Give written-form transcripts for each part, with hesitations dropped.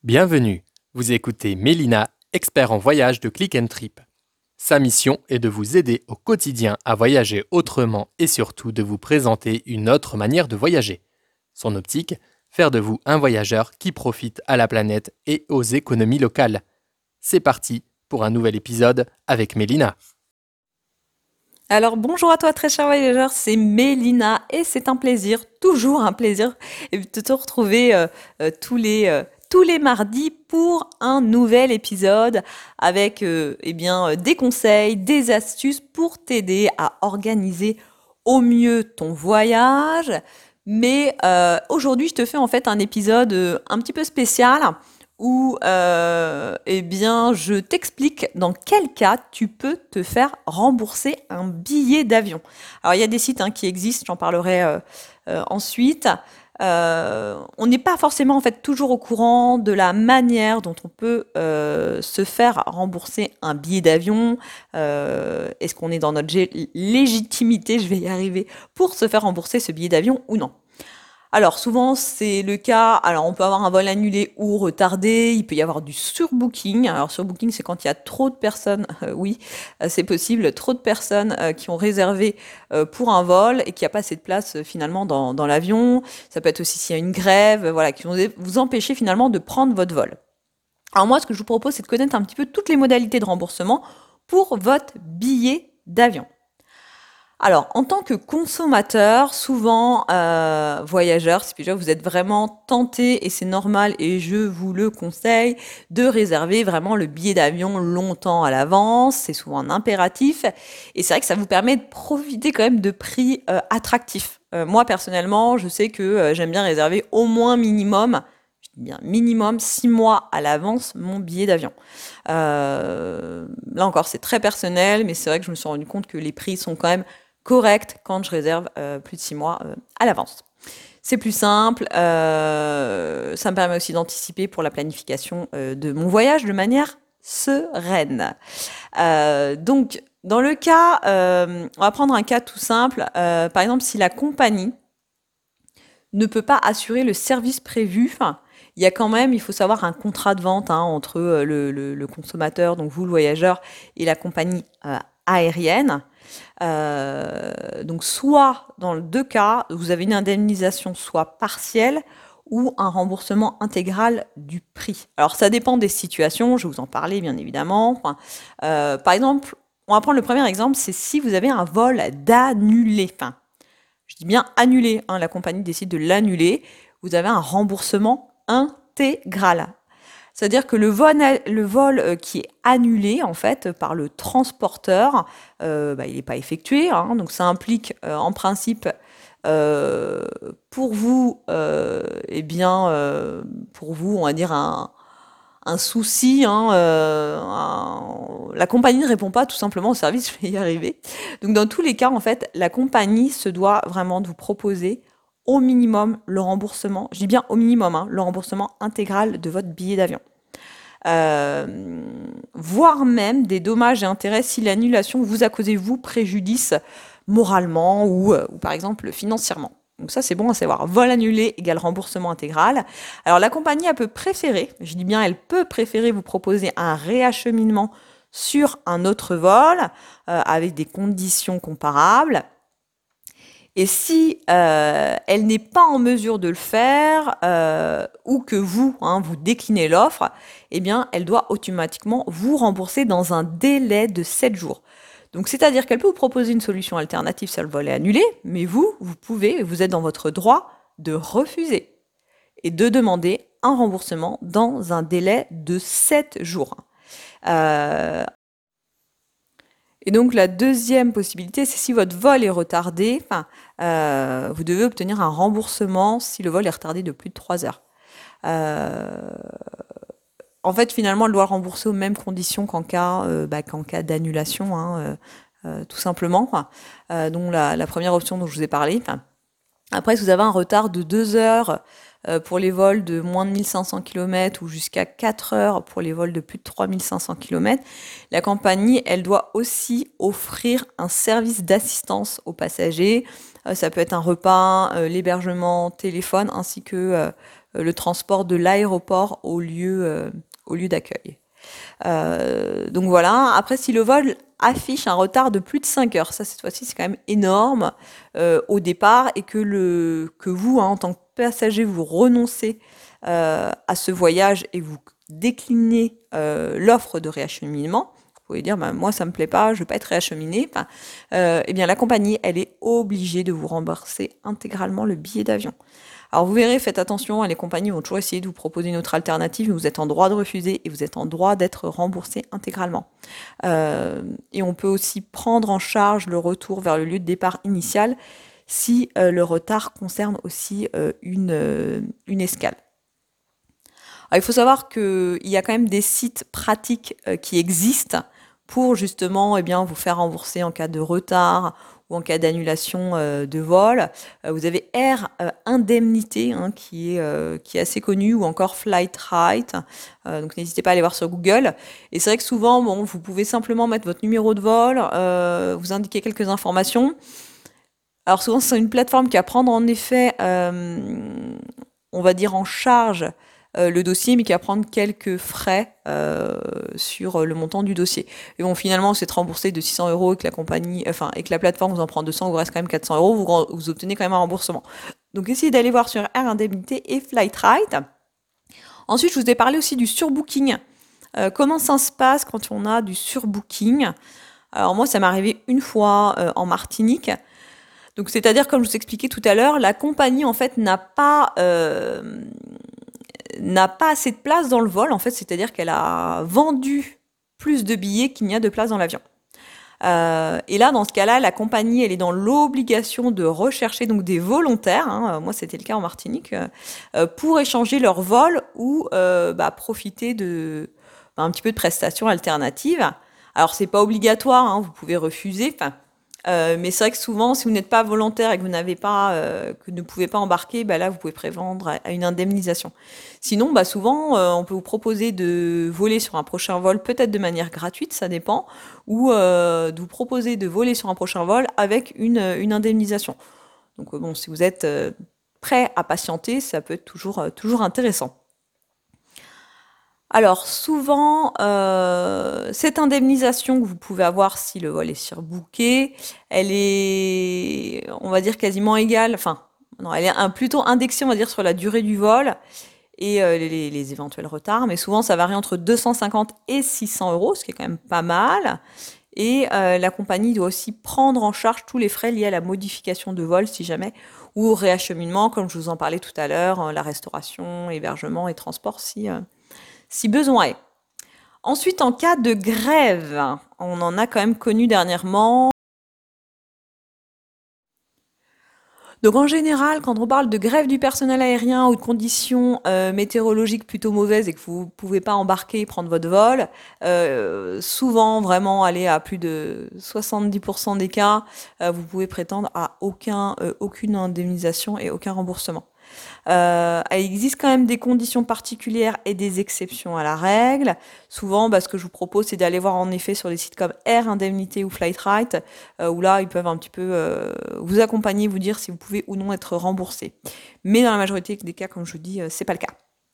Bienvenue, vous écoutez Mélina, expert en voyage de Click and Trip. Sa mission est de vous aider au quotidien à voyager autrement et surtout de vous présenter une autre manière de voyager. Son optique, faire de vous un voyageur qui profite à la planète et aux économies locales. C'est parti pour un nouvel épisode avec Mélina. Alors bonjour à toi très cher voyageur, c'est Mélina et c'est un plaisir, toujours un plaisir de te retrouver tous les mardis pour un nouvel épisode avec des conseils, des astuces pour t'aider à organiser au mieux ton voyage. Mais aujourd'hui je te fais en fait un épisode un petit peu spécial où je t'explique dans quel cas tu peux te faire rembourser un billet d'avion. Alors il y a des sites qui existent, j'en parlerai ensuite. On n'est pas forcément en fait toujours au courant de la manière dont on peut se faire rembourser un billet d'avion. Est-ce qu'on est dans notre légitimité, je vais y arriver, pour se faire rembourser ce billet d'avion ou non? Alors souvent c'est le cas, alors on peut avoir un vol annulé ou retardé, il peut y avoir du surbooking. Alors surbooking c'est quand il y a trop de personnes, oui, c'est possible, trop de personnes qui ont réservé pour un vol et qu'il n'y a pas assez de place finalement dans l'avion. Ça peut être aussi s'il y a une grève, voilà, qui vont vous empêcher finalement de prendre votre vol. Alors moi ce que je vous propose c'est de connaître un petit peu toutes les modalités de remboursement pour votre billet d'avion. Alors, en tant que consommateur, souvent voyageur, si déjà vous êtes vraiment tenté, et c'est normal, et je vous le conseille, de réserver vraiment le billet d'avion longtemps à l'avance. C'est souvent un impératif. Et c'est vrai que ça vous permet de profiter quand même de prix attractifs. Moi, personnellement, je sais que j'aime bien réserver au moins minimum, je dis bien minimum 6 mois à l'avance mon billet d'avion. Là encore, c'est très personnel, mais c'est vrai que je me suis rendu compte que les prix sont quand même correct quand je réserve plus de 6 mois à l'avance. C'est plus simple, ça me permet aussi d'anticiper pour la planification de mon voyage de manière sereine. Donc, dans le cas, on va prendre un cas tout simple, par exemple si la compagnie ne peut pas assurer le service prévu, il y a quand même, il faut savoir, un contrat de vente entre le consommateur, donc vous le voyageur, et la compagnie aérienne. Donc soit dans les deux cas, vous avez une indemnisation soit partielle ou un remboursement intégral du prix. Alors ça dépend des situations, je vais vous en parler bien évidemment. Par exemple, on va prendre le premier exemple, c'est si vous avez un vol d'annulé. Enfin, je dis bien annulé, la compagnie décide de l'annuler, vous avez un remboursement intégral. C'est-à-dire que le vol qui est annulé en fait par le transporteur, il n'est pas effectué, donc ça implique en principe pour vous, pour vous, on va dire un souci. La compagnie ne répond pas tout simplement au service, je vais y arriver. Donc dans tous les cas, en fait, la compagnie se doit vraiment de vous proposer au minimum le remboursement, je dis bien au minimum, le remboursement intégral de votre billet d'avion. Voire même des dommages et intérêts si l'annulation vous a causé vous préjudice moralement ou par exemple financièrement. Donc ça c'est bon à savoir. Vol annulé égale remboursement intégral. Alors la compagnie elle peut préférer, je dis bien elle peut préférer vous proposer un réacheminement sur un autre vol avec des conditions comparables. Et si elle n'est pas en mesure de le faire ou que vous déclinez l'offre, eh bien, elle doit automatiquement vous rembourser dans un délai de 7 jours. Donc, c'est-à-dire qu'elle peut vous proposer une solution alternative si le vol est annulé, mais vous êtes dans votre droit de refuser et de demander un remboursement dans un délai de 7 jours. Et donc la deuxième possibilité, c'est si votre vol est retardé, vous devez obtenir un remboursement si le vol est retardé de plus de 3 heures. En fait, finalement, elle doit rembourser aux mêmes conditions qu'en cas d'annulation, tout simplement. Donc la première option dont je vous ai parlé. Après, si vous avez un retard de 2 heures pour les vols de moins de 1500 km ou jusqu'à 4 heures pour les vols de plus de 3500 km, la compagnie, elle doit aussi offrir un service d'assistance aux passagers. Ça peut être un repas, l'hébergement, téléphone, ainsi que le transport de l'aéroport au lieu d'accueil. Donc voilà. Après, si le vol affiche un retard de plus de 5 heures, ça cette fois-ci c'est quand même énorme au départ, et que vous, en tant que passager, vous renoncez à ce voyage et vous déclinez l'offre de réacheminement, vous pouvez dire bah, moi ça me plaît pas, je veux pas être réacheminé, enfin, eh bien la compagnie elle est obligée de vous rembourser intégralement le billet d'avion. Alors vous verrez, faites attention, les compagnies vont toujours essayer de vous proposer une autre alternative, mais vous êtes en droit de refuser et vous êtes en droit d'être remboursé intégralement. Et on peut aussi prendre en charge le retour vers le lieu de départ initial si le retard concerne aussi une escale. Alors, il faut savoir qu'il y a quand même des sites pratiques qui existent pour justement eh bien, vous faire rembourser en cas de retard ou en cas d'annulation de vol. Vous avez Air Indemnité qui est assez connu, ou encore Flightright. Donc n'hésitez pas à aller voir sur Google. Et c'est vrai que souvent, bon, vous pouvez simplement mettre votre numéro de vol, vous indiquer quelques informations. Alors souvent, c'est une plateforme qui va prendre en effet, on va dire, en charge le dossier, mais qui va prendre quelques frais sur le montant du dossier. Et bon, finalement, c'est remboursé de 600 euros et que la compagnie, enfin, et que la plateforme vous en prend 200, il vous reste quand même 400 euros, vous obtenez quand même un remboursement. Donc, essayez d'aller voir sur Air Indemnité et Flightright. Ensuite, je vous ai parlé aussi du surbooking. Comment ça se passe quand on a du surbooking? Alors, moi, ça m'est arrivé une fois en Martinique. Donc, c'est-à-dire, comme je vous expliquais tout à l'heure, la compagnie, en fait, n'a pas assez de place dans le vol, en fait, c'est-à-dire qu'elle a vendu plus de billets qu'il n'y a de place dans l'avion. Et là, dans ce cas-là, la compagnie, elle est dans l'obligation de rechercher donc des volontaires, hein, moi c'était le cas en Martinique, pour échanger leur vol ou profiter de un petit peu de prestations alternatives. Alors c'est pas obligatoire, hein, vous pouvez refuser. Mais c'est vrai que souvent, si vous n'êtes pas volontaire et que vous n'avez pas, que vous ne pouvez pas embarquer, bah là, vous pouvez prétendre à une indemnisation. Sinon, bah souvent, on peut vous proposer de voler sur un prochain vol, peut-être de manière gratuite, ça dépend, ou de vous proposer de voler sur un prochain vol avec une indemnisation. Donc bon, si vous êtes prêt à patienter, ça peut être toujours intéressant. Alors souvent, cette indemnisation que vous pouvez avoir si le vol est surbooké, elle est, on va dire, quasiment égale, enfin, non, elle est plutôt indexée, on va dire, sur la durée du vol et les éventuels retards, mais souvent ça varie entre 250 et 600 euros, ce qui est quand même pas mal. Et la compagnie doit aussi prendre en charge tous les frais liés à la modification de vol, si jamais, ou au réacheminement, comme je vous en parlais tout à l'heure, la restauration, hébergement et transport, si besoin est. Ensuite, en cas de grève, on en a quand même connu dernièrement. Donc en général, quand on parle de grève du personnel aérien ou de conditions météorologiques plutôt mauvaises et que vous ne pouvez pas embarquer et prendre votre vol, souvent vraiment aller à plus de 70% des cas, vous pouvez prétendre à aucune indemnisation et aucun remboursement. Il existe quand même des conditions particulières et des exceptions à la règle. Souvent, ce que je vous propose, c'est d'aller voir en effet sur des sites comme Air Indemnité ou Flightright, où là, ils peuvent un petit peu vous accompagner, vous dire si vous pouvez ou non être remboursé. Mais dans la majorité des cas, comme je vous dis, c'est pas le cas.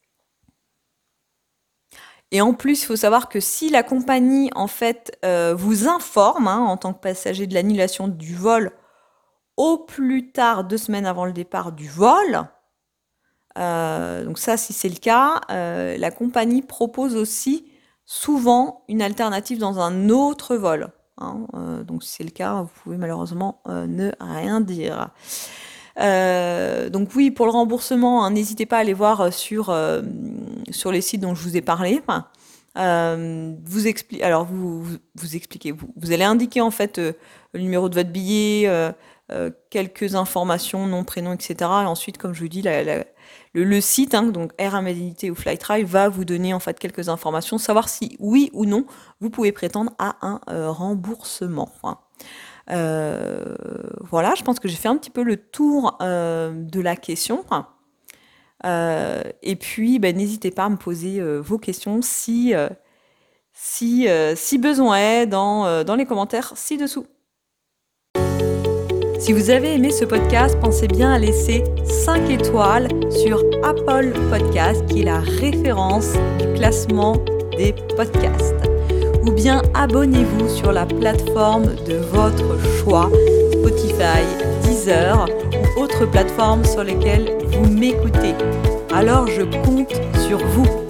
Et en plus, il faut savoir que si la compagnie, en fait, vous informe, en tant que passager, de l'annulation du vol au plus tard 2 semaines avant le départ du vol, donc ça, si c'est le cas, la compagnie propose aussi souvent une alternative dans un autre vol. Donc si c'est le cas, vous pouvez malheureusement ne rien dire. Donc oui, pour le remboursement, n'hésitez pas à aller voir sur les sites dont je vous ai parlé. Vous expliquez, vous allez indiquer en fait le numéro de votre billet, quelques informations, nom, prénom, etc. Et ensuite, comme je vous dis, le site, donc Air Indemnité ou Flightright, va vous donner en fait quelques informations, savoir si oui ou non vous pouvez prétendre à un remboursement. Voilà, je pense que j'ai fait un petit peu le tour de la question. Et puis, n'hésitez pas à me poser vos questions si besoin est dans les commentaires ci-dessous. Si vous avez aimé ce podcast, pensez bien à laisser 5 étoiles sur Apple Podcast, qui est la référence du classement des podcasts. Ou bien abonnez-vous sur la plateforme de votre choix, Spotify, Deezer ou autres plateformes sur lesquelles vous m'écoutez. Alors je compte sur vous.